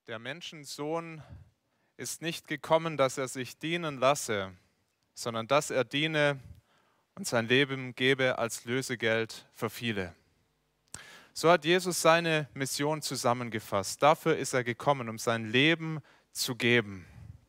Der Menschensohn ist nicht gekommen, dass er sich dienen lasse, sondern dass er diene und sein Leben gebe als Lösegeld für viele. So hat Jesus seine Mission zusammengefasst. Dafür ist er gekommen, um sein Leben zu geben.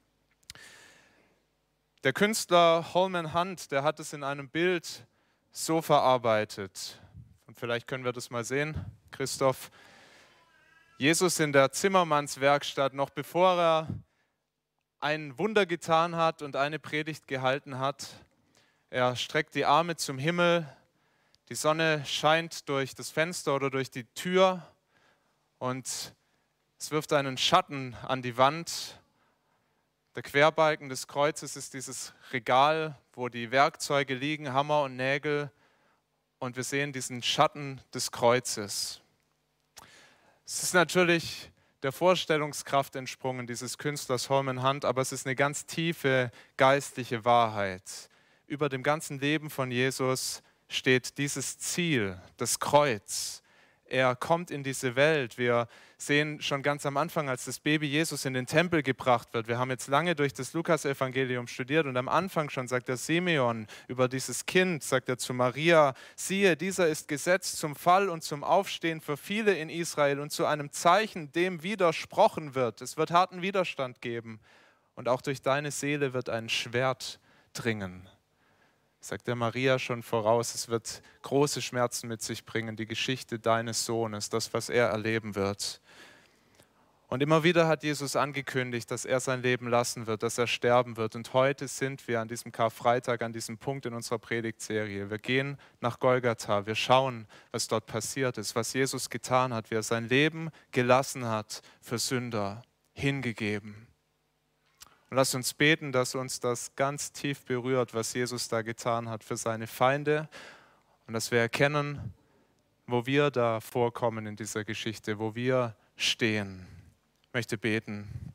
Der Künstler Holman Hunt, der hat es in einem Bild so verarbeitet. Und vielleicht können wir das mal sehen, Christoph. Jesus in der Zimmermannswerkstatt, noch bevor er ein Wunder getan hat und eine Predigt gehalten hat. Er streckt die Arme zum Himmel, die Sonne scheint durch das Fenster oder durch die Tür und es wirft einen Schatten an die Wand. Der Querbalken des Kreuzes ist dieses Regal, wo die Werkzeuge liegen, Hammer und Nägel, und wir sehen diesen Schatten des Kreuzes. Es ist natürlich der Vorstellungskraft entsprungen, dieses Künstlers Holman Hunt, aber es ist eine ganz tiefe geistliche Wahrheit. Über dem ganzen Leben von Jesus steht dieses Ziel, das Kreuz. Er kommt in diese Welt. Wir sehen schon ganz am Anfang, als das Baby Jesus in den Tempel gebracht wird. Wir haben jetzt lange durch das Lukas-Evangelium studiert und am Anfang schon sagt der Simeon über dieses Kind, sagt er zu Maria, siehe, dieser ist gesetzt zum Fall und zum Aufstehen für viele in Israel und zu einem Zeichen, dem widersprochen wird. Es wird harten Widerstand geben und auch durch deine Seele wird ein Schwert dringen. Sagt der Maria schon voraus, es wird große Schmerzen mit sich bringen, die Geschichte deines Sohnes, das, was er erleben wird. Und immer wieder hat Jesus angekündigt, dass er sein Leben lassen wird, dass er sterben wird. Und heute sind wir an diesem Karfreitag, an diesem Punkt in unserer Predigtserie. Wir gehen nach Golgatha, wir schauen, was dort passiert ist, was Jesus getan hat, wie er sein Leben gelassen hat für Sünder, hingegeben. Und lasst uns beten, dass uns das ganz tief berührt, was Jesus da getan hat für seine Feinde und dass wir erkennen, wo wir da vorkommen in dieser Geschichte, wo wir stehen. Ich möchte beten.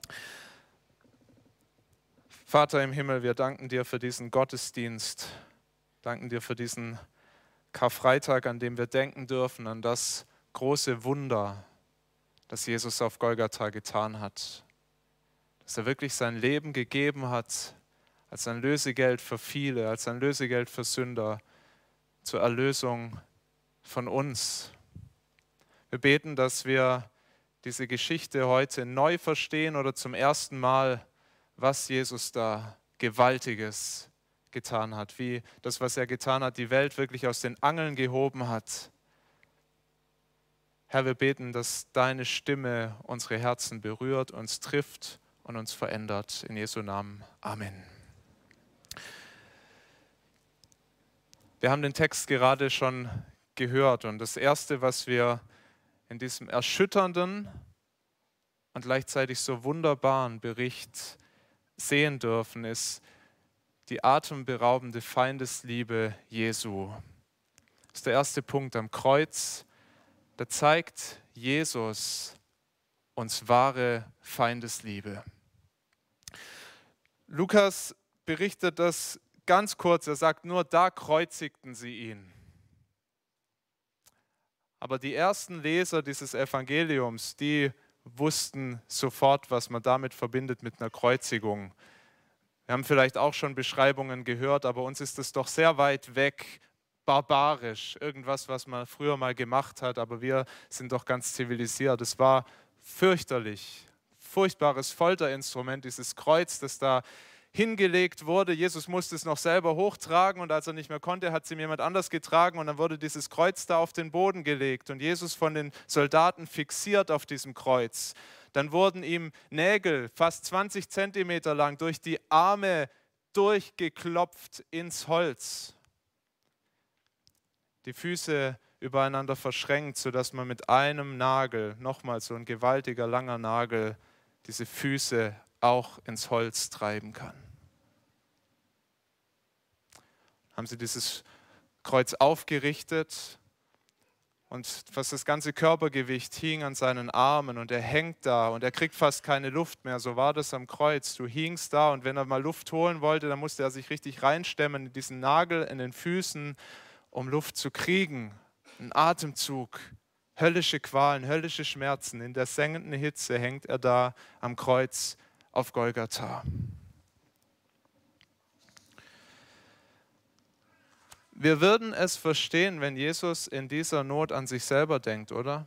Vater im Himmel, wir danken dir für diesen Gottesdienst, danken dir für diesen Karfreitag, an dem wir denken dürfen, an das große Wunder, das Jesus auf Golgatha getan hat. Dass er wirklich sein Leben gegeben hat, als ein Lösegeld für viele, als ein Lösegeld für Sünder, zur Erlösung von uns. Wir beten, dass wir diese Geschichte heute neu verstehen oder zum ersten Mal, was Jesus da Gewaltiges getan hat, wie das, was er getan hat, die Welt wirklich aus den Angeln gehoben hat. Herr, wir beten, dass deine Stimme unsere Herzen berührt, uns trifft und uns verändert. In Jesu Namen. Amen. Wir haben den Text gerade schon gehört und das Erste, was wir in diesem erschütternden und gleichzeitig so wunderbaren Bericht sehen dürfen, ist die atemberaubende Feindesliebe Jesu. Das ist der erste Punkt am Kreuz. Da zeigt Jesus uns wahre Feindesliebe. Lukas berichtet das ganz kurz. Er sagt nur, da kreuzigten sie ihn. Aber die ersten Leser dieses Evangeliums, die wussten sofort, was man damit verbindet mit einer Kreuzigung. Wir haben vielleicht auch schon Beschreibungen gehört, aber uns ist es doch sehr weit weg, barbarisch, irgendwas, was man früher mal gemacht hat, aber wir sind doch ganz zivilisiert. Es war fürchterlich, furchtbares Folterinstrument, dieses Kreuz, das da hingelegt wurde. Jesus musste es noch selber hochtragen und als er nicht mehr konnte, hat es ihm jemand anders getragen und dann wurde dieses Kreuz da auf den Boden gelegt und Jesus von den Soldaten fixiert auf diesem Kreuz. Dann wurden ihm Nägel, fast 20 Zentimeter lang, durch die Arme durchgeklopft ins Holz. Die Füße übereinander verschränkt, sodass man mit einem Nagel, nochmal so ein gewaltiger, langer Nagel, diese Füße auch ins Holz treiben kann. Haben sie dieses Kreuz aufgerichtet und fast das ganze Körpergewicht hing an seinen Armen und er hängt da und er kriegt fast keine Luft mehr. So war das am Kreuz. Du hingst da und wenn er mal Luft holen wollte, dann musste er sich richtig reinstemmen in diesen Nagel in den Füßen, um Luft zu kriegen. Ein Atemzug höllische Qualen, höllische Schmerzen. In der sengenden Hitze hängt er da am Kreuz auf Golgatha. Wir würden es verstehen, wenn Jesus in dieser Not an sich selber denkt, oder?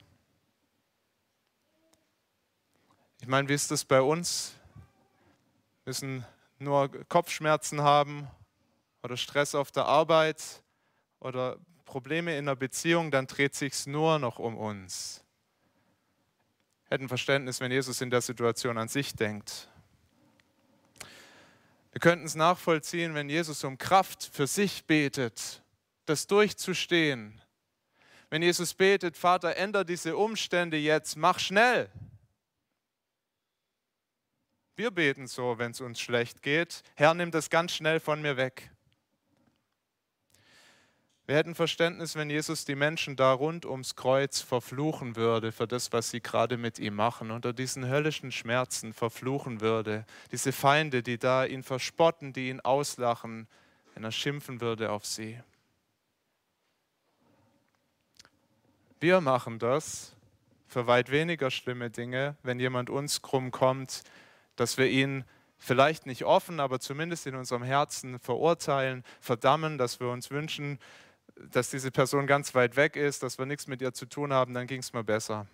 Ich meine, wie ist das bei uns? Wir müssen nur Kopfschmerzen haben oder Stress auf der Arbeit oder Probleme in einer Beziehung, dann dreht sich nur noch um uns. Hätten Verständnis, wenn Jesus in der Situation an sich denkt. Wir könnten es nachvollziehen, wenn Jesus um Kraft für sich betet, das durchzustehen. Wenn Jesus betet, Vater, ändere diese Umstände jetzt, mach schnell. Wir beten so, wenn es uns schlecht geht. Herr, nimm das ganz schnell von mir weg. Wir hätten Verständnis, wenn Jesus die Menschen da rund ums Kreuz verfluchen würde für das, was sie gerade mit ihm machen, unter diesen höllischen Schmerzen verfluchen würde. Diese Feinde, die da ihn verspotten, die ihn auslachen, wenn er schimpfen würde auf sie. Wir machen das für weit weniger schlimme Dinge, wenn jemand uns krumm kommt, dass wir ihn vielleicht nicht offen, aber zumindest in unserem Herzen verurteilen, verdammen, dass wir uns wünschen, dass diese Person ganz weit weg ist, dass wir nichts mit ihr zu tun haben, dann ging es mir besser.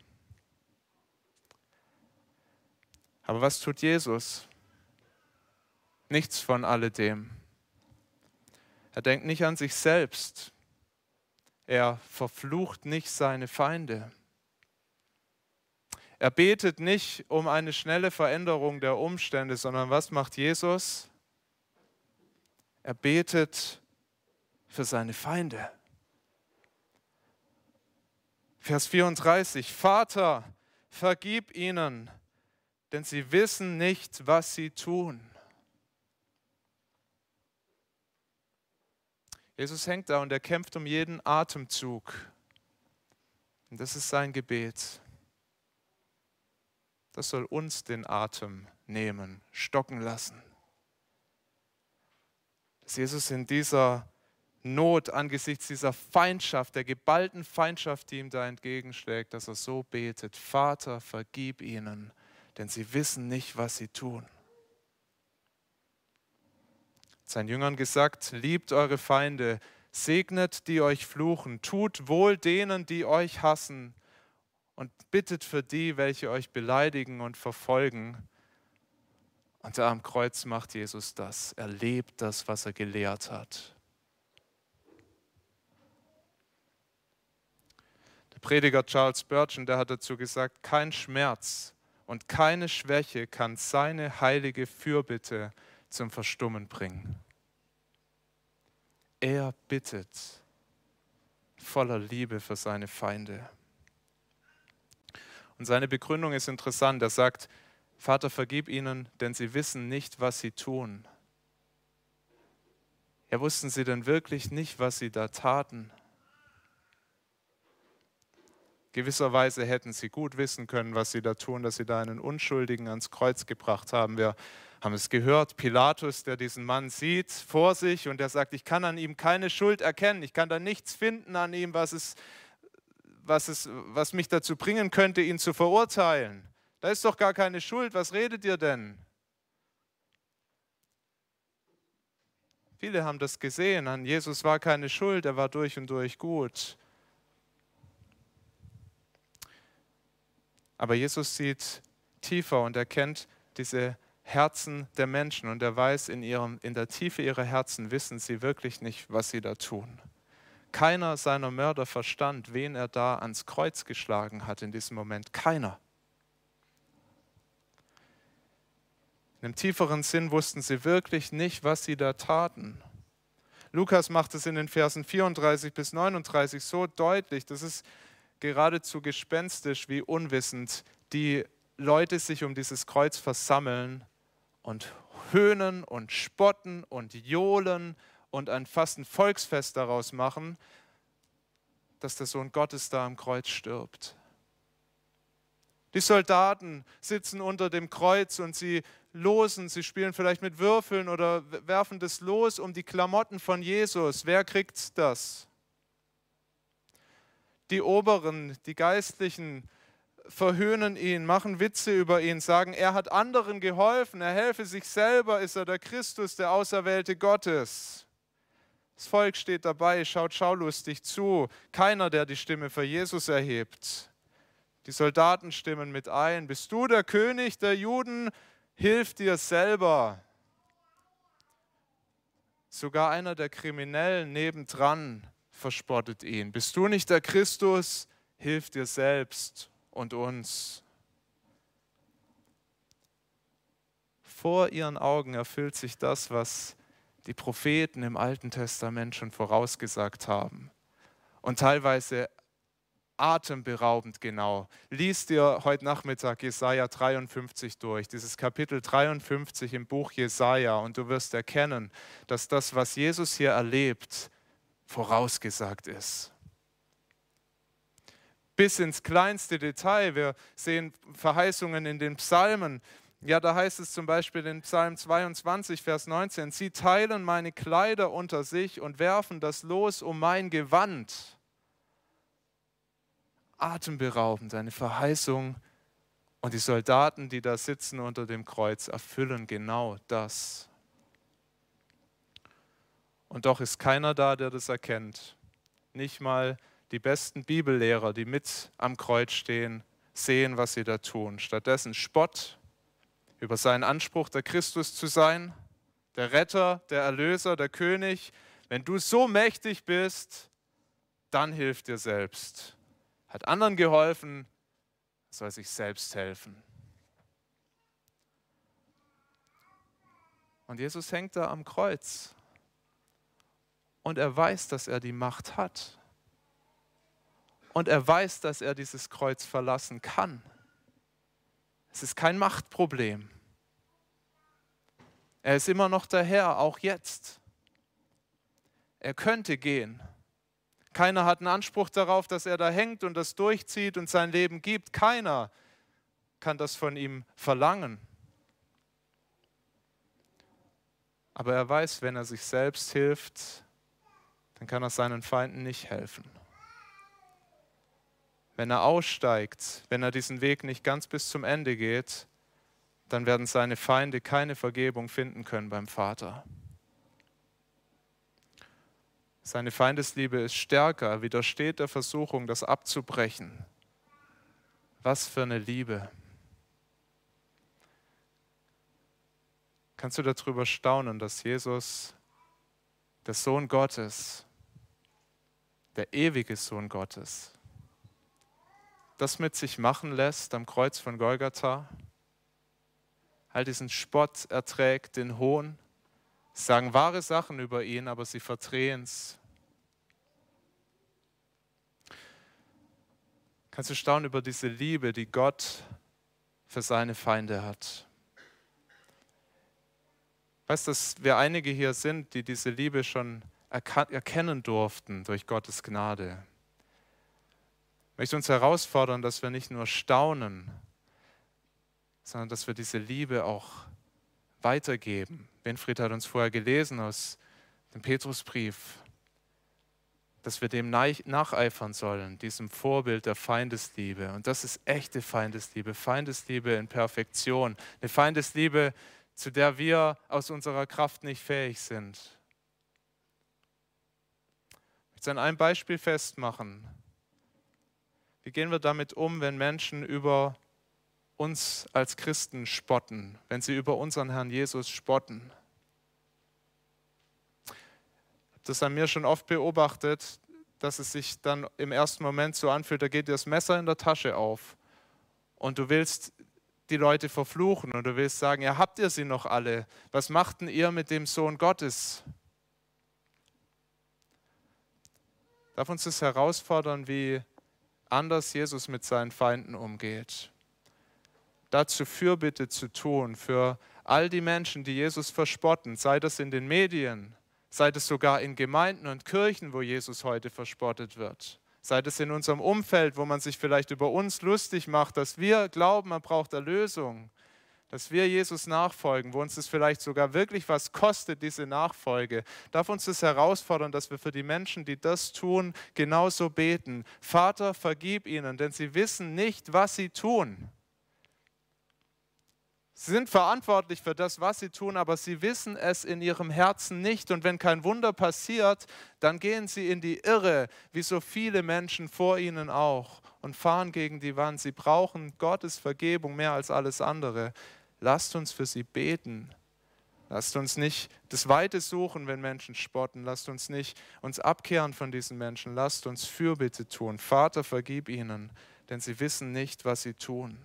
Aber was tut Jesus? Nichts von alledem. Er denkt nicht an sich selbst. Er verflucht nicht seine Feinde. Er betet nicht um eine schnelle Veränderung der Umstände, sondern was macht Jesus? Er betet für seine Feinde. Vers 34, Vater, vergib ihnen, denn sie wissen nicht, was sie tun. Jesus hängt da und er kämpft um jeden Atemzug. Und das ist sein Gebet. Das soll uns den Atem nehmen, stocken lassen. Dass Jesus in dieser Not angesichts dieser Feindschaft, der geballten Feindschaft, die ihm da entgegenschlägt, dass er so betet, Vater, vergib ihnen, denn sie wissen nicht, was sie tun. Seinen Jüngern gesagt, liebt eure Feinde, segnet, die euch fluchen, tut wohl denen, die euch hassen und bittet für die, welche euch beleidigen und verfolgen. Und da am Kreuz macht Jesus das. Er lebt das, was er gelehrt hat. Der Prediger Charles Spurgeon, der hat dazu gesagt, kein Schmerz und keine Schwäche kann seine heilige Fürbitte zum Verstummen bringen. Er bittet voller Liebe für seine Feinde. Und seine Begründung ist interessant. Er sagt, Vater, vergib ihnen, denn sie wissen nicht, was sie tun. Ja, wussten sie denn wirklich nicht, was sie da taten? Gewisserweise hätten sie gut wissen können, was sie da tun, dass sie da einen Unschuldigen ans Kreuz gebracht haben. Wir haben es gehört, Pilatus, der diesen Mann sieht vor sich und der sagt, ich kann an ihm keine Schuld erkennen, ich kann da nichts finden an ihm, was mich dazu bringen könnte, ihn zu verurteilen. Da ist doch gar keine Schuld, was redet ihr denn? Viele haben das gesehen, an Jesus war keine Schuld, er war durch und durch gut. Aber Jesus sieht tiefer und erkennt diese Herzen der Menschen und er weiß, in der Tiefe ihrer Herzen wissen sie wirklich nicht, was sie da tun. Keiner seiner Mörder verstand, wen er da ans Kreuz geschlagen hat in diesem Moment. Keiner. In einem tieferen Sinn wussten sie wirklich nicht, was sie da taten. Lukas macht es in den Versen 34 bis 39 so deutlich, das ist geradezu gespenstisch, wie unwissend die Leute sich um dieses Kreuz versammeln und höhnen und spotten und johlen und fast ein Volksfest daraus machen, dass der Sohn Gottes da am Kreuz stirbt. Die Soldaten sitzen unter dem Kreuz und sie spielen vielleicht mit Würfeln oder werfen das Los um die Klamotten von Jesus. Wer kriegt das? Die Oberen, die Geistlichen verhöhnen ihn, machen Witze über ihn, sagen, er hat anderen geholfen, er helfe sich selber, ist er der Christus, der Auserwählte Gottes. Das Volk steht dabei, schaut schaulustig zu, keiner, der die Stimme für Jesus erhebt. Die Soldaten stimmen mit ein, bist du der König der Juden? Hilf dir selber. Sogar einer der Kriminellen nebendran verspottet ihn. Bist du nicht der Christus? Hilf dir selbst und uns. Vor ihren Augen erfüllt sich das, was die Propheten im Alten Testament schon vorausgesagt haben. Und teilweise atemberaubend genau. Lies dir heute Nachmittag Jesaja 53 durch, dieses Kapitel 53 im Buch Jesaja, und du wirst erkennen, dass das, was Jesus hier erlebt, vorausgesagt ist. Bis ins kleinste Detail. Wir sehen Verheißungen in den Psalmen. Ja, da heißt es zum Beispiel in Psalm 22, Vers 19, sie teilen meine Kleider unter sich und werfen das Los um mein Gewand. Atemberaubend, eine Verheißung. Und die Soldaten, die da sitzen unter dem Kreuz, erfüllen genau das. Und doch ist keiner da, der das erkennt. Nicht mal die besten Bibellehrer, die mit am Kreuz stehen, sehen, was sie da tun. Stattdessen Spott über seinen Anspruch, der Christus zu sein, der Retter, der Erlöser, der König. Wenn du so mächtig bist, dann hilf dir selbst. Hat anderen geholfen, soll sich selbst helfen. Und Jesus hängt da am Kreuz. Und er weiß, dass er die Macht hat. Und er weiß, dass er dieses Kreuz verlassen kann. Es ist kein Machtproblem. Er ist immer noch der Herr, auch jetzt. Er könnte gehen. Keiner hat einen Anspruch darauf, dass er da hängt und das durchzieht und sein Leben gibt. Keiner kann das von ihm verlangen. Aber er weiß, wenn er sich selbst hilft, dann kann er seinen Feinden nicht helfen. Wenn er aussteigt, wenn er diesen Weg nicht ganz bis zum Ende geht, dann werden seine Feinde keine Vergebung finden können beim Vater. Seine Feindesliebe ist stärker, er widersteht der Versuchung, das abzubrechen. Was für eine Liebe. Kannst du darüber staunen, dass Jesus, der Sohn Gottes, der ewige Sohn Gottes, das mit sich machen lässt am Kreuz von Golgatha, all diesen Spott erträgt, den Hohn, sagen wahre Sachen über ihn, aber sie verdrehen es. Kannst du staunen über diese Liebe, die Gott für seine Feinde hat. Weißt du, dass wir einige hier sind, die diese Liebe schon erkennen durften durch Gottes Gnade. Ich möchte uns herausfordern, dass wir nicht nur staunen, sondern dass wir diese Liebe auch weitergeben. Winfried hat uns vorher gelesen aus dem Petrusbrief, dass wir dem nacheifern sollen, diesem Vorbild der Feindesliebe. Und das ist echte Feindesliebe, Feindesliebe in Perfektion. Eine Feindesliebe, zu der wir aus unserer Kraft nicht fähig sind. Ich möchte es an einem Beispiel festmachen. Wie gehen wir damit um, wenn Menschen über uns als Christen spotten, wenn sie über unseren Herrn Jesus spotten? Ich habe das an mir schon oft beobachtet, dass es sich dann im ersten Moment so anfühlt, da geht dir das Messer in der Tasche auf und du willst die Leute verfluchen und du willst sagen, ja, habt ihr sie noch alle? Was macht denn ihr mit dem Sohn Gottes? Darf uns das herausfordern, wie anders Jesus mit seinen Feinden umgeht? Dazu Fürbitte zu tun für all die Menschen, die Jesus verspotten, sei das in den Medien, sei das sogar in Gemeinden und Kirchen, wo Jesus heute verspottet wird. Sei das in unserem Umfeld, wo man sich vielleicht über uns lustig macht, dass wir glauben, man braucht Erlösung. dass wir Jesus nachfolgen, wo uns das vielleicht sogar wirklich was kostet, diese Nachfolge, darf uns das herausfordern, dass wir für die Menschen, die das tun, genauso beten. Vater, vergib ihnen, denn sie wissen nicht, was sie tun. Sie sind verantwortlich für das, was sie tun, aber sie wissen es in ihrem Herzen nicht. Und wenn kein Wunder passiert, dann gehen sie in die Irre, wie so viele Menschen vor ihnen auch, und fahren gegen die Wand. Sie brauchen Gottes Vergebung mehr als alles andere. Lasst uns für sie beten. Lasst uns nicht das Weite suchen, wenn Menschen spotten. Lasst uns nicht uns abkehren von diesen Menschen. Lasst uns Fürbitte tun. Vater, vergib ihnen, denn sie wissen nicht, was sie tun.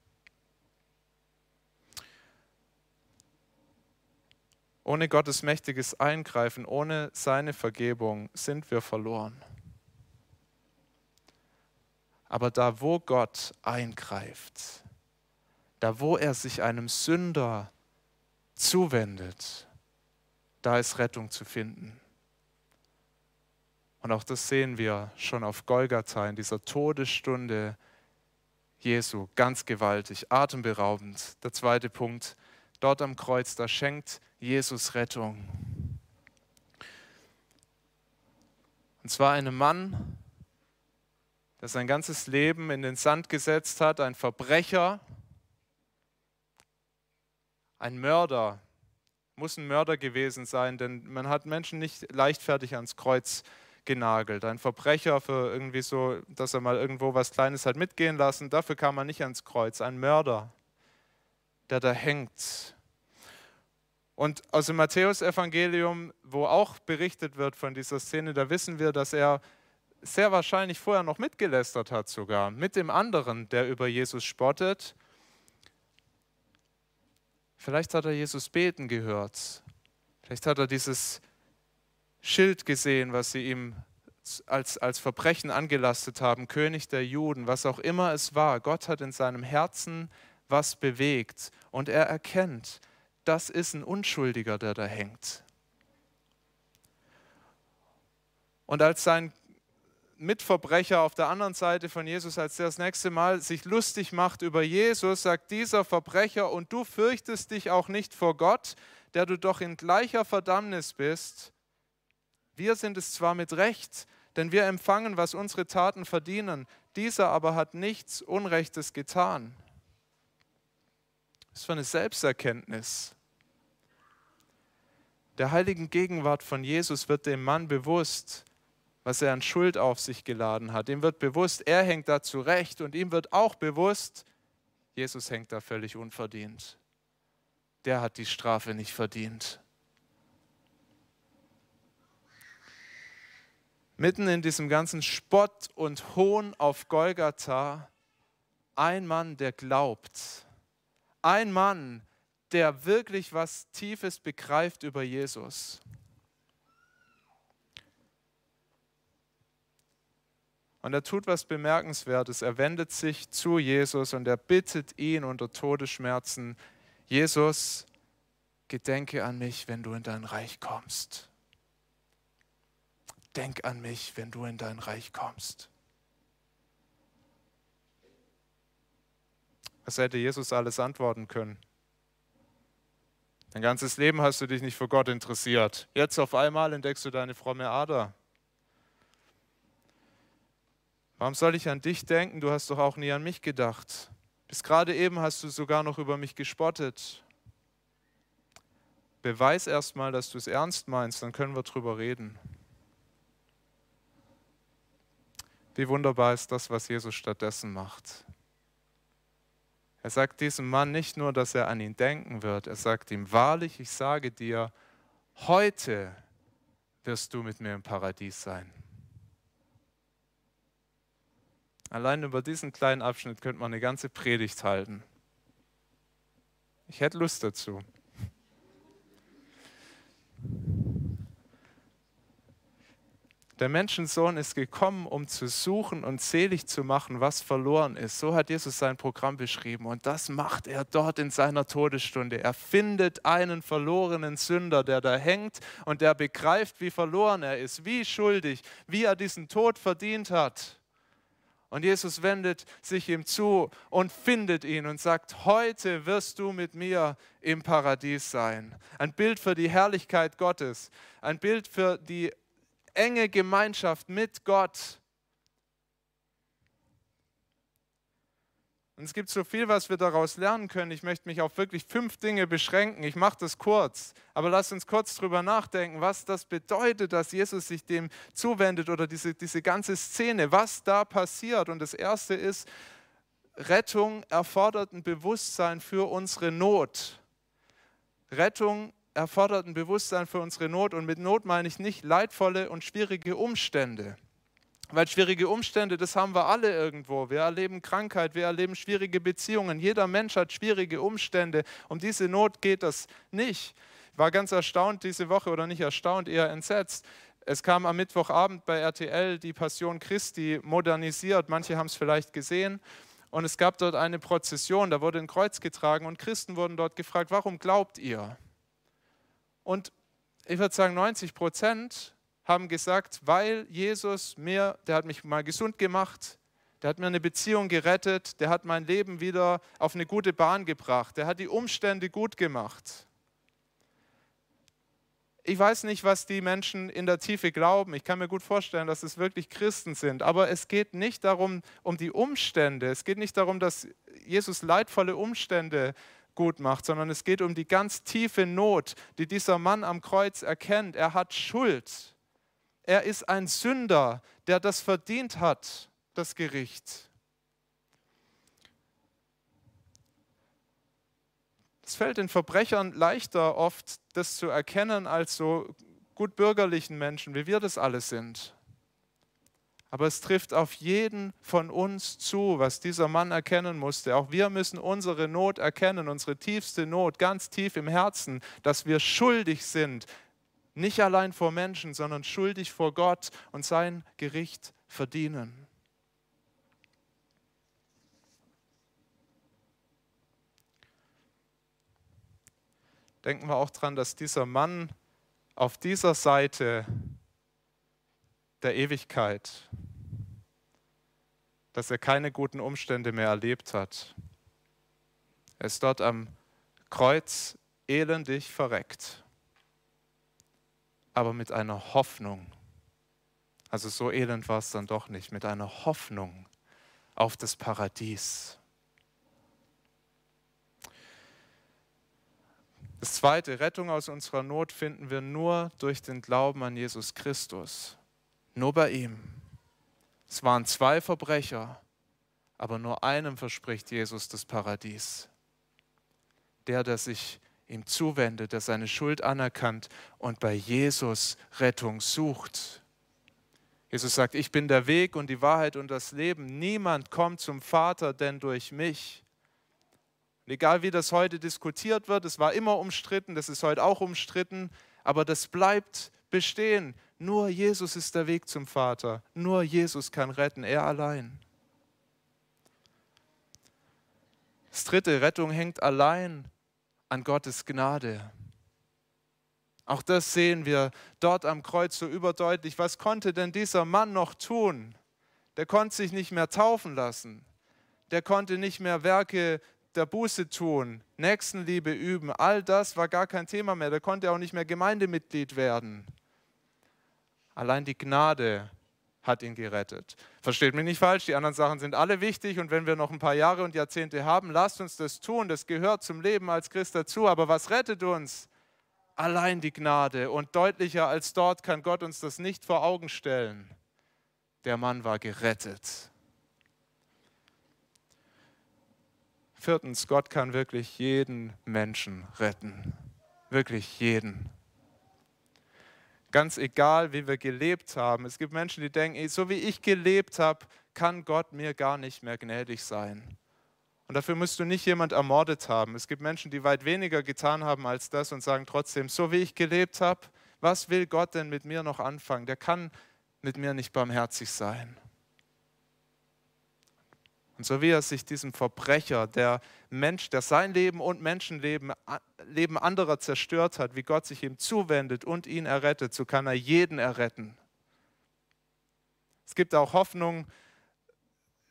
Ohne Gottes mächtiges Eingreifen, ohne seine Vergebung sind wir verloren. Aber da, wo Gott eingreift, da, wo er sich einem Sünder zuwendet, da ist Rettung zu finden. Und auch das sehen wir schon auf Golgatha, in dieser Todesstunde Jesu, ganz gewaltig, atemberaubend. Der zweite Punkt, dort am Kreuz, da schenkt Jesus Rettung. Und zwar einem Mann, der sein ganzes Leben in den Sand gesetzt hat, ein Verbrecher, ein Mörder, muss ein Mörder gewesen sein, denn man hat Menschen nicht leichtfertig ans Kreuz genagelt. Ein Verbrecher für irgendwie so, dass er mal irgendwo was Kleines hat mitgehen lassen, dafür kam man nicht ans Kreuz. Ein Mörder, der da hängt. Und aus dem Matthäusevangelium, wo auch berichtet wird von dieser Szene, da wissen wir, dass er sehr wahrscheinlich vorher noch mitgelästert hat sogar, mit dem anderen, der über Jesus spottet. Vielleicht hat er Jesus beten gehört. Vielleicht hat er dieses Schild gesehen, was sie ihm als Verbrechen angelastet haben, König der Juden, was auch immer es war. Gott hat in seinem Herzen was bewegt und er erkennt, das ist ein Unschuldiger, der da hängt. Und als sein Mitverbrecher auf der anderen Seite von Jesus, als der das nächste Mal sich lustig macht über Jesus, sagt dieser Verbrecher, und du fürchtest dich auch nicht vor Gott, der du doch in gleicher Verdammnis bist. Wir sind es zwar mit Recht, denn wir empfangen, was unsere Taten verdienen. Dieser aber hat nichts Unrechtes getan. Das ist für eine Selbsterkenntnis. Der heiligen Gegenwart von Jesus wird dem Mann bewusst, was er an Schuld auf sich geladen hat. Ihm wird bewusst, er hängt da zurecht, und ihm wird auch bewusst, Jesus hängt da völlig unverdient. Der hat die Strafe nicht verdient. Mitten in diesem ganzen Spott und Hohn auf Golgatha, ein Mann, der glaubt. Ein Mann, der wirklich was Tiefes begreift über Jesus. Und er tut was Bemerkenswertes. Er wendet sich zu Jesus und er bittet ihn unter Todesschmerzen: Jesus, gedenke an mich, wenn du in dein Reich kommst. Denk an mich, wenn du in dein Reich kommst. Was hätte Jesus alles antworten können? Dein ganzes Leben hast du dich nicht für Gott interessiert. Jetzt auf einmal entdeckst du deine fromme Ader. Warum soll ich an dich denken? Du hast doch auch nie an mich gedacht. Bis gerade eben hast du sogar noch über mich gespottet. Beweis erst mal, dass du es ernst meinst, dann können wir drüber reden. Wie wunderbar ist das, was Jesus stattdessen macht. Er sagt diesem Mann nicht nur, dass er an ihn denken wird, er sagt ihm: Wahrlich, ich sage dir, heute wirst du mit mir im Paradies sein. Allein über diesen kleinen Abschnitt könnte man eine ganze Predigt halten. Ich hätte Lust dazu. Der Menschensohn ist gekommen, um zu suchen und selig zu machen, was verloren ist. So hat Jesus sein Programm beschrieben. Und das macht er dort in seiner Todesstunde. Er findet einen verlorenen Sünder, der da hängt und der begreift, wie verloren er ist, wie schuldig, wie er diesen Tod verdient hat. Und Jesus wendet sich ihm zu und findet ihn und sagt, heute wirst du mit mir im Paradies sein. Ein Bild für die Herrlichkeit Gottes, ein Bild für die enge Gemeinschaft mit Gott. Und es gibt so viel, was wir daraus lernen können. Ich möchte mich auf wirklich 5 Dinge beschränken. Ich mache das kurz, aber lasst uns kurz drüber nachdenken, was das bedeutet, dass Jesus sich dem zuwendet oder diese ganze Szene, was da passiert. Und das Erste ist, Rettung erfordert ein Bewusstsein für unsere Not. Rettung erfordert ein Bewusstsein für unsere Not. Und mit Not meine ich nicht leidvolle und schwierige Umstände. Weil schwierige Umstände, das haben wir alle irgendwo. Wir erleben Krankheit, wir erleben schwierige Beziehungen. Jeder Mensch hat schwierige Umstände. Um diese Not geht das nicht. Ich war ganz erstaunt diese Woche, oder nicht erstaunt, eher entsetzt. Es kam am Mittwochabend bei RTL die Passion Christi modernisiert. Manche haben es vielleicht gesehen. Und es gab dort eine Prozession, da wurde ein Kreuz getragen und Christen wurden dort gefragt, warum glaubt ihr? Und ich würde sagen, 90% haben gesagt, weil Jesus der hat mich mal gesund gemacht, der hat mir eine Beziehung gerettet, der hat mein Leben wieder auf eine gute Bahn gebracht, der hat die Umstände gut gemacht. Ich weiß nicht, was die Menschen in der Tiefe glauben. Ich kann mir gut vorstellen, dass es wirklich Christen sind. Aber es geht nicht darum, um die Umstände. Es geht nicht darum, dass Jesus leidvolle Umstände gut macht, sondern es geht um die ganz tiefe Not, die dieser Mann am Kreuz erkennt. Er hat Schuld. Er ist ein Sünder, der das verdient hat, das Gericht. Es fällt den Verbrechern leichter oft, das zu erkennen, als so gut bürgerlichen Menschen, wie wir das alle sind. Aber es trifft auf jeden von uns zu, was dieser Mann erkennen musste. Auch wir müssen unsere Not erkennen, unsere tiefste Not, ganz tief im Herzen, dass wir schuldig sind. Nicht allein vor Menschen, sondern schuldig vor Gott und sein Gericht verdienen. Denken wir auch daran, dass dieser Mann auf dieser Seite der Ewigkeit, dass er keine guten Umstände mehr erlebt hat. Er ist dort am Kreuz elendig verreckt, aber mit einer Hoffnung. Also so elend war es dann doch nicht, mit einer Hoffnung auf das Paradies. Das Zweite, Rettung aus unserer Not finden wir nur durch den Glauben an Jesus Christus. Nur bei ihm. Es waren 2 Verbrecher, aber nur einem verspricht Jesus das Paradies. Der sich ihm zuwendet, der seine Schuld anerkannt und bei Jesus Rettung sucht. Jesus sagt, ich bin der Weg und die Wahrheit und das Leben. Niemand kommt zum Vater, denn durch mich. Und egal wie das heute diskutiert wird, es war immer umstritten, das ist heute auch umstritten, aber das bleibt bestehen. Nur Jesus ist der Weg zum Vater. Nur Jesus kann retten, er allein. Das Dritte, Rettung hängt allein an Gottes Gnade. Auch das sehen wir dort am Kreuz so überdeutlich. Was konnte denn dieser Mann noch tun? Der konnte sich nicht mehr taufen lassen. Der konnte nicht mehr Werke der Buße tun, Nächstenliebe üben. All das war gar kein Thema mehr. Der konnte auch nicht mehr Gemeindemitglied werden. Allein die Gnade hat ihn gerettet. Versteht mich nicht falsch, die anderen Sachen sind alle wichtig und wenn wir noch ein paar Jahre und Jahrzehnte haben, lasst uns das tun. Das gehört zum Leben als Christ dazu. Aber was rettet uns? Allein die Gnade. Und deutlicher als dort kann Gott uns das nicht vor Augen stellen. Der Mann war gerettet. 4. Gott kann wirklich jeden Menschen retten. Wirklich jeden. Ganz egal, wie wir gelebt haben. Es gibt Menschen, die denken, so wie ich gelebt habe, kann Gott mir gar nicht mehr gnädig sein. Und dafür musst du nicht jemand ermordet haben. Es gibt Menschen, die weit weniger getan haben als das und sagen trotzdem, so wie ich gelebt habe, was will Gott denn mit mir noch anfangen? Der kann mit mir nicht barmherzig sein. Und so wie er sich diesem Verbrecher, der Mensch, der sein Leben und Menschenleben, Leben anderer zerstört hat, wie Gott sich ihm zuwendet und ihn errettet, so kann er jeden erretten. Es gibt auch Hoffnung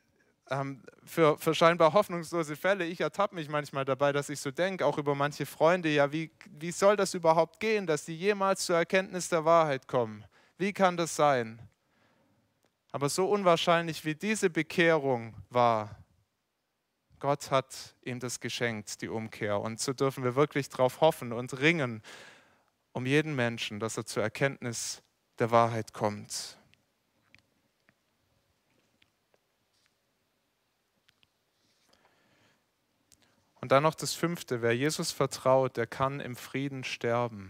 für scheinbar hoffnungslose Fälle. Ich ertappe mich manchmal dabei, dass ich so denke, auch über manche Freunde, ja, wie soll das überhaupt gehen, dass die jemals zur Erkenntnis der Wahrheit kommen? Wie kann das sein? Aber so unwahrscheinlich wie diese Bekehrung war, Gott hat ihm das geschenkt, die Umkehr. Und so dürfen wir wirklich darauf hoffen und ringen um jeden Menschen, dass er zur Erkenntnis der Wahrheit kommt. Und dann noch das 5. Wer Jesus vertraut, der kann im Frieden sterben.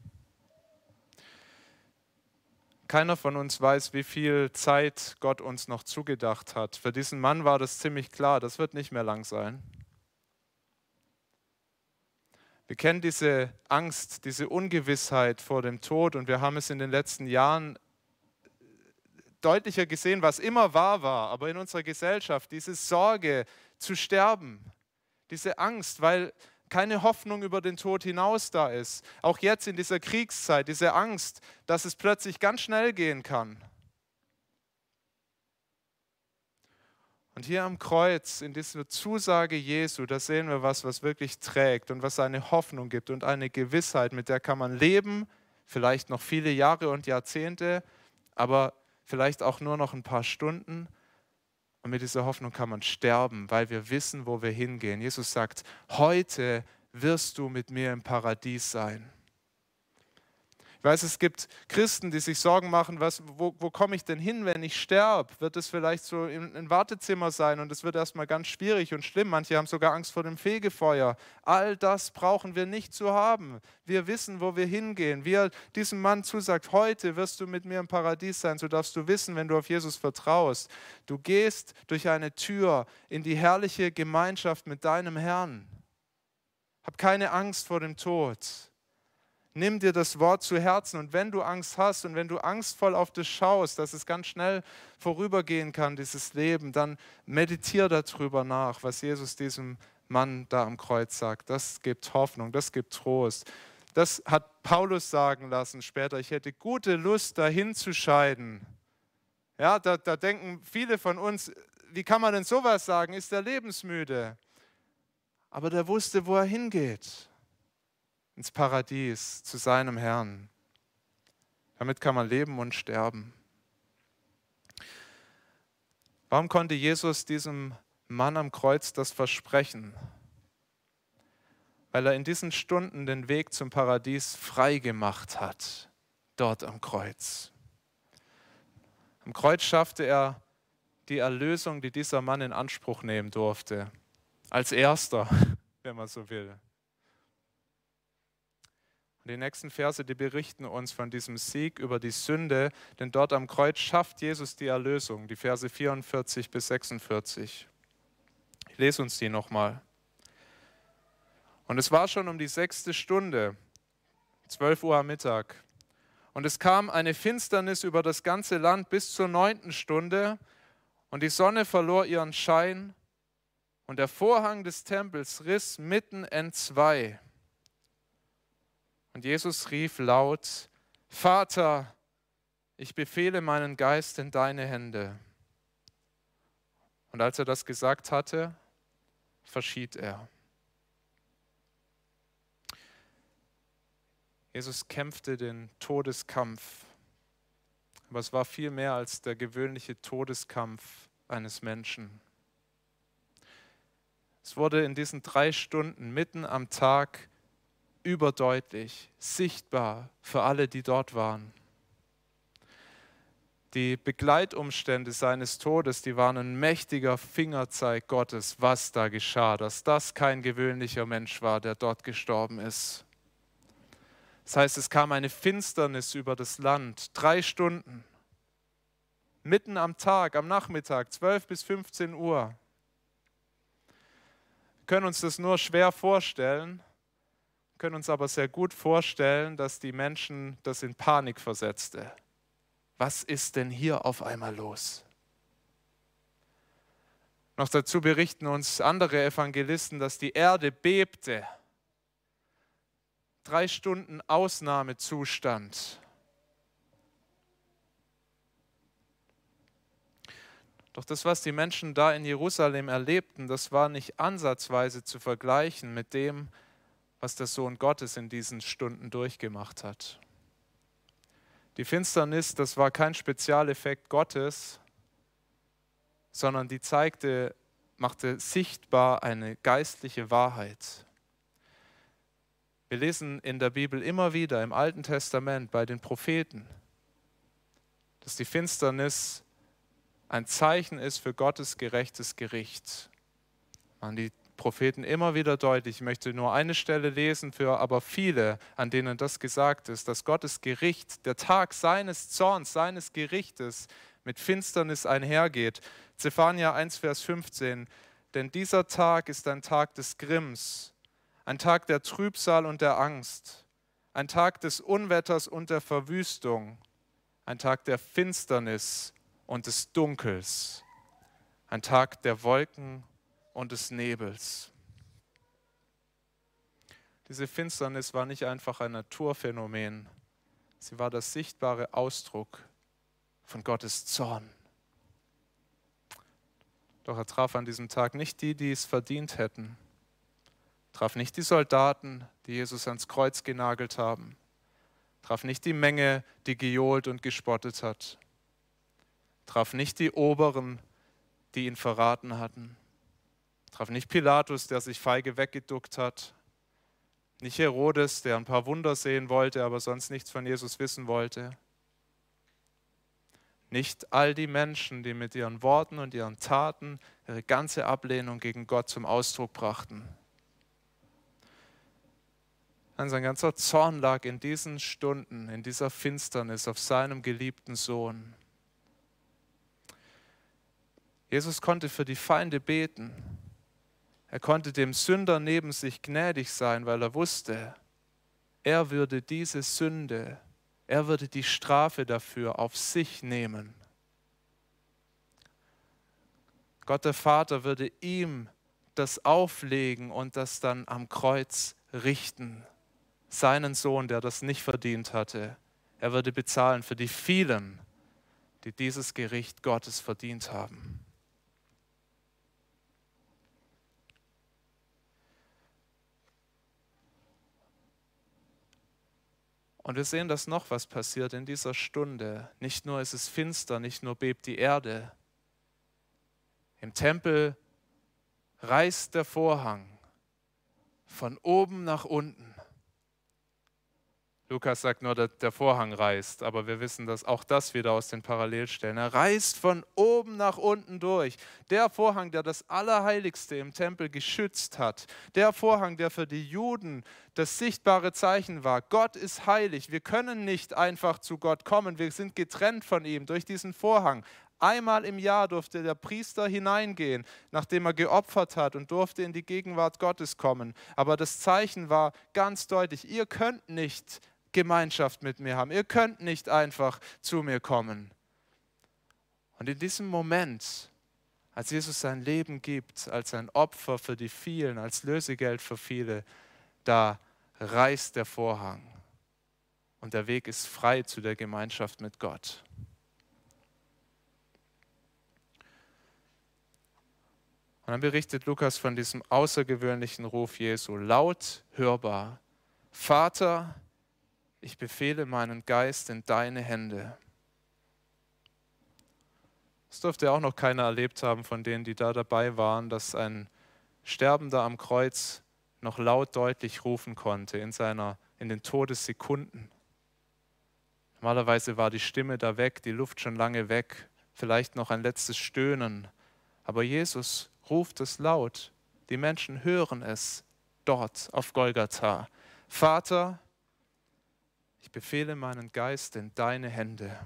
Keiner von uns weiß, wie viel Zeit Gott uns noch zugedacht hat. Für diesen Mann war das ziemlich klar, das wird nicht mehr lang sein. Wir kennen diese Angst, diese Ungewissheit vor dem Tod und wir haben es in den letzten Jahren deutlicher gesehen, was immer wahr war, aber in unserer Gesellschaft, diese Sorge zu sterben, diese Angst, weil keine Hoffnung über den Tod hinaus da ist. Auch jetzt in dieser Kriegszeit, diese Angst, dass es plötzlich ganz schnell gehen kann. Und hier am Kreuz, in dieser Zusage Jesu, da sehen wir was wirklich trägt und was eine Hoffnung gibt und eine Gewissheit, mit der kann man leben, vielleicht noch viele Jahre und Jahrzehnte, aber vielleicht auch nur noch ein paar Stunden. Und mit dieser Hoffnung kann man sterben, weil wir wissen, wo wir hingehen. Jesus sagt, heute wirst du mit mir im Paradies sein. Ich weiß, es gibt Christen, die sich Sorgen machen, wo komme ich denn hin, wenn ich sterbe? Wird es vielleicht so ein Wartezimmer sein und es wird erstmal ganz schwierig und schlimm. Manche haben sogar Angst vor dem Fegefeuer. All das brauchen wir nicht zu haben. Wir wissen, wo wir hingehen. Wie er diesem Mann zusagt, heute wirst du mit mir im Paradies sein, so darfst du wissen, wenn du auf Jesus vertraust. Du gehst durch eine Tür in die herrliche Gemeinschaft mit deinem Herrn. Hab keine Angst vor dem Tod. Nimm dir das Wort zu Herzen und wenn du Angst hast und wenn du angstvoll auf das schaust, dass es ganz schnell vorübergehen kann, dieses Leben, dann meditiere darüber nach, was Jesus diesem Mann da am Kreuz sagt. Das gibt Hoffnung, das gibt Trost. Das hat Paulus sagen lassen später, ich hätte gute Lust, dahin zu scheiden. Ja, da denken viele von uns, wie kann man denn sowas sagen? Ist er lebensmüde? Aber der wusste, wo er hingeht. Ins Paradies, zu seinem Herrn. Damit kann man leben und sterben. Warum konnte Jesus diesem Mann am Kreuz das versprechen? Weil er in diesen Stunden den Weg zum Paradies frei gemacht hat, dort am Kreuz. Am Kreuz schaffte er die Erlösung, die dieser Mann in Anspruch nehmen durfte. Als erster, wenn man so will. Die nächsten Verse, die berichten uns von diesem Sieg über die Sünde, denn dort am Kreuz schafft Jesus die Erlösung, die Verse 44 bis 46. Ich lese uns die nochmal. Und es war schon um die 6. Stunde, 12 Uhr am Mittag. Und es kam eine Finsternis über das ganze Land bis zur 9. Stunde und die Sonne verlor ihren Schein und der Vorhang des Tempels riss mitten entzwei. Und Jesus rief laut, Vater, ich befehle meinen Geist in deine Hände. Und als er das gesagt hatte, verschied er. Jesus kämpfte den Todeskampf, aber es war viel mehr als der gewöhnliche Todeskampf eines Menschen. Es wurde in diesen 3 Stunden mitten am Tag überdeutlich, sichtbar für alle, die dort waren. Die Begleitumstände seines Todes, die waren ein mächtiger Fingerzeig Gottes, was da geschah, dass das kein gewöhnlicher Mensch war, der dort gestorben ist. Das heißt, es kam eine Finsternis über das Land, 3 Stunden, mitten am Tag, am Nachmittag, 12 bis 15 Uhr. Wir können uns das nur schwer vorstellen, können uns aber sehr gut vorstellen, dass die Menschen das in Panik versetzte. Was ist denn hier auf einmal los? Noch dazu berichten uns andere Evangelisten, dass die Erde bebte. 3 Stunden Ausnahmezustand. Doch das, was die Menschen da in Jerusalem erlebten, das war nicht ansatzweise zu vergleichen mit dem, was der Sohn Gottes in diesen Stunden durchgemacht hat. Die Finsternis, das war kein Spezialeffekt Gottes, sondern die machte sichtbar eine geistliche Wahrheit. Wir lesen in der Bibel immer wieder im Alten Testament bei den Propheten, dass die Finsternis ein Zeichen ist für Gottes gerechtes Gericht. Machen die Propheten immer wieder deutlich. Ich möchte nur eine Stelle lesen, für aber viele, an denen das gesagt ist, dass Gottes Gericht, der Tag seines Zorns, seines Gerichtes mit Finsternis einhergeht. Zephania 1, Vers 15. Denn dieser Tag ist ein Tag des Grimms, ein Tag der Trübsal und der Angst, ein Tag des Unwetters und der Verwüstung, ein Tag der Finsternis und des Dunkels, ein Tag der Wolken und des Nebels. Diese Finsternis war nicht einfach ein Naturphänomen, sie war der sichtbare Ausdruck von Gottes Zorn. Doch er traf an diesem Tag nicht die, die es verdient hätten, traf nicht die Soldaten, die Jesus ans Kreuz genagelt haben, traf nicht die Menge, die gejohlt und gespottet hat, traf nicht die Oberen, die ihn verraten hatten, traf nicht Pilatus, der sich feige weggeduckt hat, nicht Herodes, der ein paar Wunder sehen wollte, aber sonst nichts von Jesus wissen wollte. Nicht all die Menschen, die mit ihren Worten und ihren Taten ihre ganze Ablehnung gegen Gott zum Ausdruck brachten. Sein ganzer Zorn lag in diesen Stunden, in dieser Finsternis auf seinem geliebten Sohn. Jesus konnte für die Feinde beten. Er konnte dem Sünder neben sich gnädig sein, weil er wusste, er würde diese Sünde, er würde die Strafe dafür auf sich nehmen. Gott der Vater würde ihm das auflegen und das dann am Kreuz richten. Seinen Sohn, der das nicht verdient hatte. Er würde bezahlen für die vielen, die dieses Gericht Gottes verdient haben. Und wir sehen, dass noch was passiert in dieser Stunde. Nicht nur ist es finster, nicht nur bebt die Erde. Im Tempel reißt der Vorhang von oben nach unten. Lukas sagt nur, dass der Vorhang reißt, aber wir wissen dass auch das wieder aus den Parallelstellen. Er reißt von oben nach unten durch. Der Vorhang, der das Allerheiligste im Tempel geschützt hat. Der Vorhang, der für die Juden das sichtbare Zeichen war. Gott ist heilig. Wir können nicht einfach zu Gott kommen. Wir sind getrennt von ihm durch diesen Vorhang. Einmal im Jahr durfte der Priester hineingehen, nachdem er geopfert hat und durfte in die Gegenwart Gottes kommen. Aber das Zeichen war ganz deutlich, ihr könnt nicht Gemeinschaft mit mir haben. Ihr könnt nicht einfach zu mir kommen. Und in diesem Moment, als Jesus sein Leben gibt, als ein Opfer für die vielen, als Lösegeld für viele, da reißt der Vorhang und der Weg ist frei zu der Gemeinschaft mit Gott. Und dann berichtet Lukas von diesem außergewöhnlichen Ruf Jesu, laut hörbar: Vater, ich befehle meinen Geist in deine Hände. Das durfte auch noch keiner erlebt haben von denen, die da dabei waren, dass ein Sterbender am Kreuz noch laut deutlich rufen konnte in den Todessekunden. Normalerweise war die Stimme da weg, die Luft schon lange weg, vielleicht noch ein letztes Stöhnen. Aber Jesus ruft es laut. Die Menschen hören es dort auf Golgatha. Vater, ich befehle meinen Geist in deine Hände.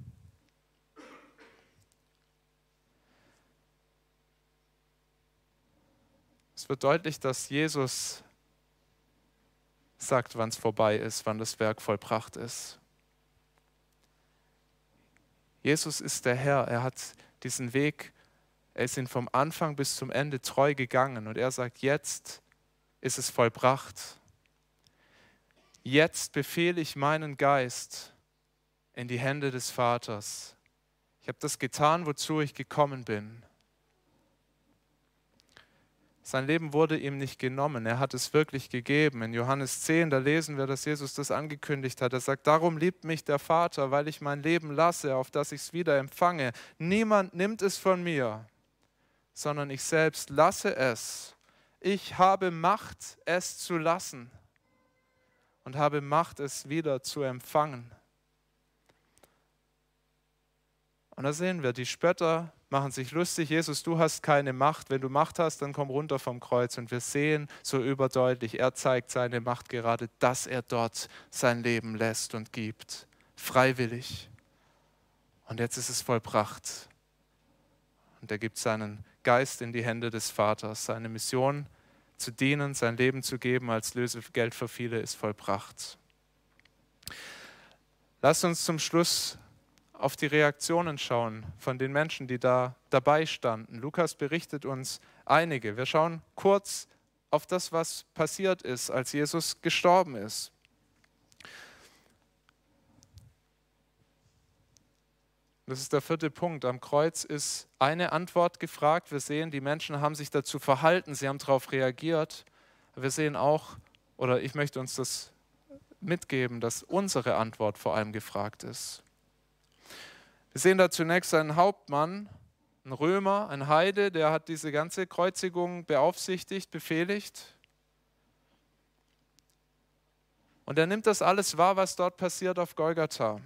Es wird deutlich, dass Jesus sagt, wann es vorbei ist, wann das Werk vollbracht ist. Jesus ist der Herr, er hat diesen Weg, er ist ihn vom Anfang bis zum Ende treu gegangen und er sagt, jetzt ist es vollbracht. Jetzt befehle ich meinen Geist in die Hände des Vaters. Ich habe das getan, wozu ich gekommen bin. Sein Leben wurde ihm nicht genommen, er hat es wirklich gegeben. In Johannes 10, da lesen wir, dass Jesus das angekündigt hat. Er sagt, darum liebt mich der Vater, weil ich mein Leben lasse, auf das ich es wieder empfange. Niemand nimmt es von mir, sondern ich selbst lasse es. Ich habe Macht, es zu lassen und habe Macht, es wieder zu empfangen. Und da sehen wir, die Spötter machen sich lustig. Jesus, du hast keine Macht. Wenn du Macht hast, dann komm runter vom Kreuz. Und wir sehen so überdeutlich, er zeigt seine Macht gerade, dass er dort sein Leben lässt und gibt. Freiwillig. Und jetzt ist es vollbracht. Und er gibt seinen Geist in die Hände des Vaters. Seine Mission zu dienen, sein Leben zu geben als Lösegeld für viele ist vollbracht. Lasst uns zum Schluss auf die Reaktionen schauen von den Menschen, die da dabei standen. Lukas berichtet uns einige. Wir schauen kurz auf das, was passiert ist, als Jesus gestorben ist. Das ist der 4. Punkt. Am Kreuz ist eine Antwort gefragt. Wir sehen, die Menschen haben sich dazu verhalten, sie haben darauf reagiert. Wir sehen auch, oder ich möchte uns das mitgeben, dass unsere Antwort vor allem gefragt ist. Wir sehen da zunächst einen Hauptmann, einen Römer, einen Heide, der hat diese ganze Kreuzigung beaufsichtigt, befehligt. Und er nimmt das alles wahr, was dort passiert auf Golgatha.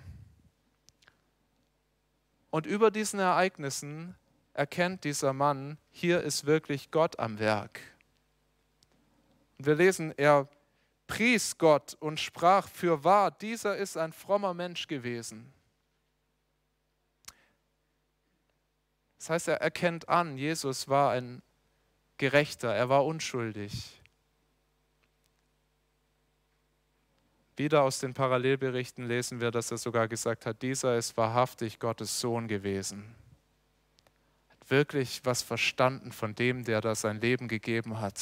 Und über diesen Ereignissen erkennt dieser Mann, hier ist wirklich Gott am Werk. Und wir lesen, er pries Gott und sprach, fürwahr, dieser ist ein frommer Mensch gewesen. Das heißt, er erkennt an, Jesus war ein Gerechter, er war unschuldig. Wieder aus den Parallelberichten lesen wir, dass er sogar gesagt hat, dieser ist wahrhaftig Gottes Sohn gewesen. Hat wirklich was verstanden von dem, der da sein Leben gegeben hat.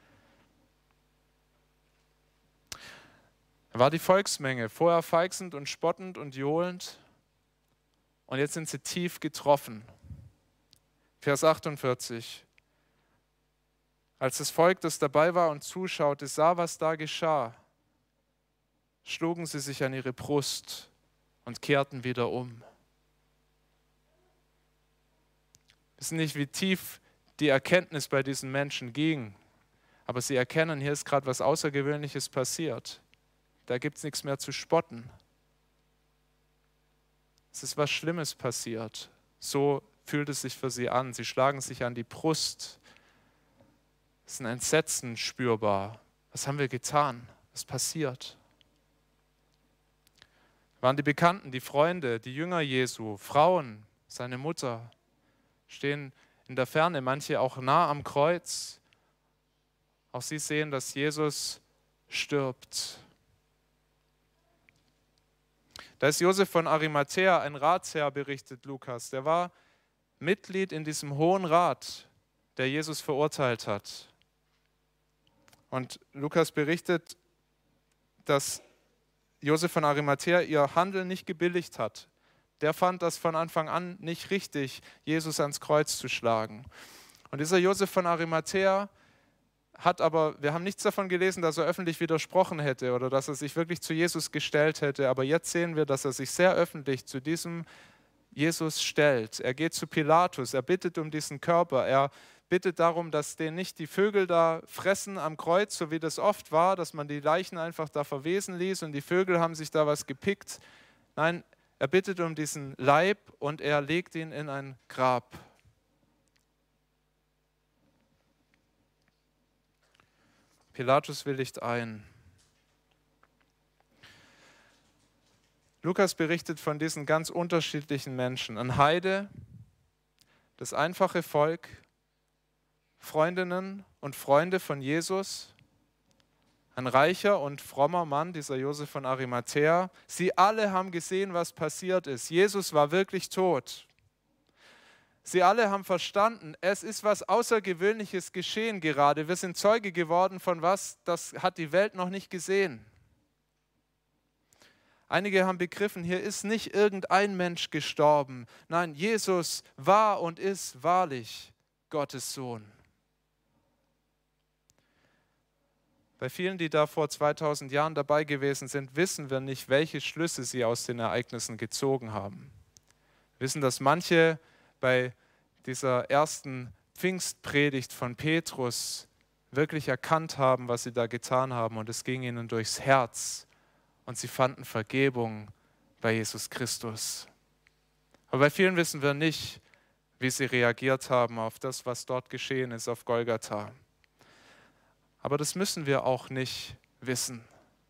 Er war die Volksmenge, vorher feixend und spottend und johlend. Und jetzt sind sie tief getroffen. Vers 48. Als das Volk, das dabei war und zuschaute, sah, was da geschah, schlugen sie sich an ihre Brust und kehrten wieder um. Wir wissen nicht, wie tief die Erkenntnis bei diesen Menschen ging, aber sie erkennen, hier ist gerade was Außergewöhnliches passiert. Da gibt es nichts mehr zu spotten. Es ist was Schlimmes passiert. So fühlt es sich für sie an. Sie schlagen sich an die Brust. Es ist ein Entsetzen spürbar. Was haben wir getan? Was passiert? Waren die Bekannten, die Freunde, die Jünger Jesu, Frauen, seine Mutter, stehen in der Ferne, manche auch nah am Kreuz. Auch sie sehen, dass Jesus stirbt. Da ist Josef von Arimathäa, ein Ratsherr, berichtet Lukas. Der war Mitglied in diesem Hohen Rat, der Jesus verurteilt hat. Und Lukas berichtet, dass Josef von Arimathäa ihr Handeln nicht gebilligt hat. Der fand das von Anfang an nicht richtig, Jesus ans Kreuz zu schlagen. Und dieser Josef von Arimathäa hat aber, wir haben nichts davon gelesen, dass er öffentlich widersprochen hätte oder dass er sich wirklich zu Jesus gestellt hätte. Aber jetzt sehen wir, dass er sich sehr öffentlich zu diesem Jesus stellt. Er geht zu Pilatus, er bittet um diesen Körper, er bittet darum, dass den nicht die Vögel da fressen am Kreuz, so wie das oft war, dass man die Leichen einfach da verwesen ließ und die Vögel haben sich da was gepickt. Nein, er bittet um diesen Leib und er legt ihn in ein Grab. Pilatus willigt ein. Lukas berichtet von diesen ganz unterschiedlichen Menschen. Ein Heide, das einfache Volk, Freundinnen und Freunde von Jesus, ein reicher und frommer Mann, dieser Josef von Arimathäa. Sie alle haben gesehen, was passiert ist. Jesus war wirklich tot. Sie alle haben verstanden, es ist was Außergewöhnliches geschehen gerade. Wir sind Zeuge geworden von was, das hat die Welt noch nicht gesehen. Einige haben begriffen, hier ist nicht irgendein Mensch gestorben. Nein, Jesus war und ist wahrlich Gottes Sohn. Bei vielen, die da vor 2000 Jahren dabei gewesen sind, wissen wir nicht, welche Schlüsse sie aus den Ereignissen gezogen haben. Wir wissen, dass manche bei dieser ersten Pfingstpredigt von Petrus wirklich erkannt haben, was sie da getan haben, und es ging ihnen durchs Herz und sie fanden Vergebung bei Jesus Christus. Aber bei vielen wissen wir nicht, wie sie reagiert haben auf das, was dort geschehen ist auf Golgatha. Aber das müssen wir auch nicht wissen.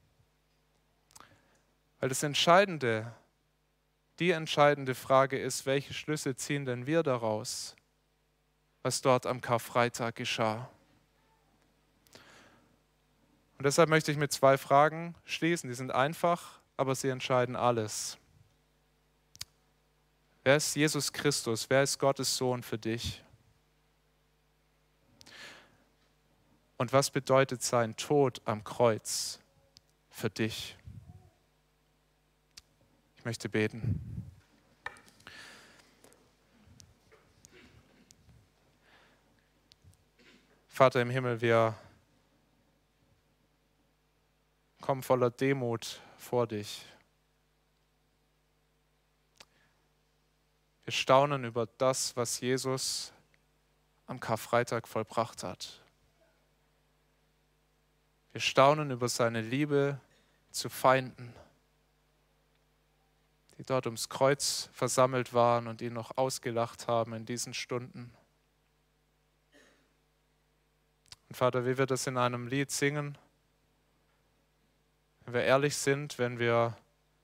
Weil das Entscheidende, die entscheidende Frage ist, welche Schlüsse ziehen denn wir daraus, was dort am Karfreitag geschah? Und deshalb möchte ich mit 2 Fragen schließen. Die sind einfach, aber sie entscheiden alles. Wer ist Jesus Christus? Wer ist Gottes Sohn für dich? Und was bedeutet sein Tod am Kreuz für dich? Ich möchte beten. Vater im Himmel, wir kommen voller Demut vor dich. Wir staunen über das, was Jesus am Karfreitag vollbracht hat. Wir staunen über seine Liebe zu Feinden, die dort ums Kreuz versammelt waren und ihn noch ausgelacht haben in diesen Stunden. Und Vater, wie wir das in einem Lied singen, wenn wir ehrlich sind, wenn wir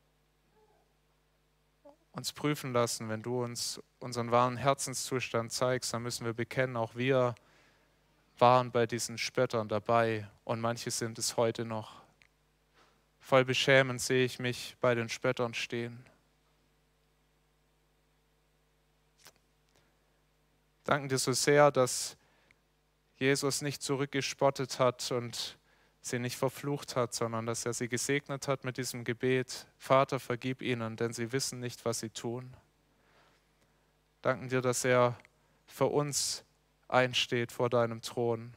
uns prüfen lassen, wenn du uns unseren wahren Herzenszustand zeigst, dann müssen wir bekennen, auch wir waren bei diesen Spöttern dabei und manche sind es heute noch. Voll beschämend sehe ich mich bei den Spöttern stehen. Danken dir so sehr, dass Jesus nicht zurückgespottet hat und sie nicht verflucht hat, sondern dass er sie gesegnet hat mit diesem Gebet: Vater, vergib ihnen, denn sie wissen nicht, was sie tun. Danken dir, dass er für uns einsteht vor deinem Thron.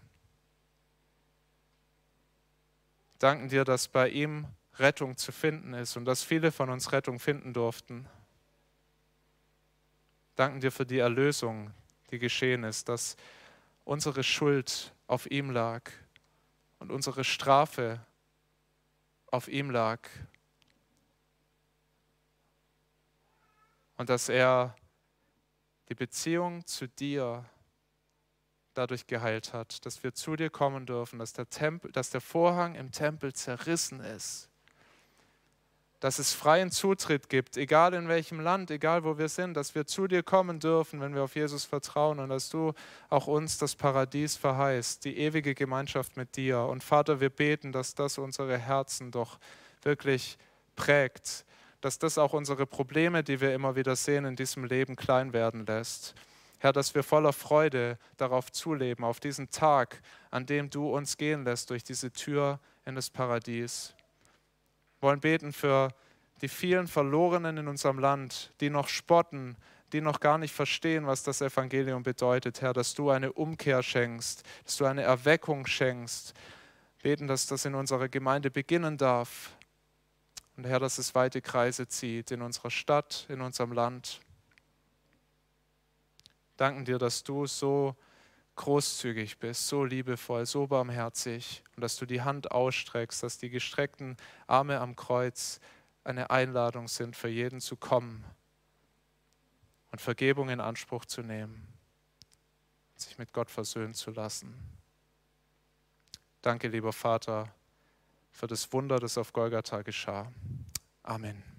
Danken dir, dass bei ihm Rettung zu finden ist und dass viele von uns Rettung finden durften. Danken dir für die Erlösung, die geschehen ist, dass unsere Schuld auf ihm lag und unsere Strafe auf ihm lag. Und dass er die Beziehung zu dir dadurch geheilt hat, dass wir zu dir kommen dürfen, dass der Vorhang im Tempel zerrissen ist, dass es freien Zutritt gibt, egal in welchem Land, egal wo wir sind, dass wir zu dir kommen dürfen, wenn wir auf Jesus vertrauen, und dass du auch uns das Paradies verheißt, die ewige Gemeinschaft mit dir. Und Vater, wir beten, dass das unsere Herzen doch wirklich prägt, dass das auch unsere Probleme, die wir immer wieder sehen, in diesem Leben klein werden lässt. Herr, dass wir voller Freude darauf zuleben, auf diesen Tag, an dem du uns gehen lässt durch diese Tür in das Paradies. Wir wollen beten für die vielen Verlorenen in unserem Land, die noch spotten, die noch gar nicht verstehen, was das Evangelium bedeutet. Herr, dass du eine Umkehr schenkst, dass du eine Erweckung schenkst. Beten, dass das in unserer Gemeinde beginnen darf. Und Herr, dass es weite Kreise zieht in unserer Stadt, in unserem Land. Danken dir, dass du so großzügig bist, so liebevoll, so barmherzig, und dass du die Hand ausstreckst, dass die gestreckten Arme am Kreuz eine Einladung sind, für jeden zu kommen und Vergebung in Anspruch zu nehmen, sich mit Gott versöhnen zu lassen. Danke, lieber Vater, für das Wunder, das auf Golgatha geschah. Amen.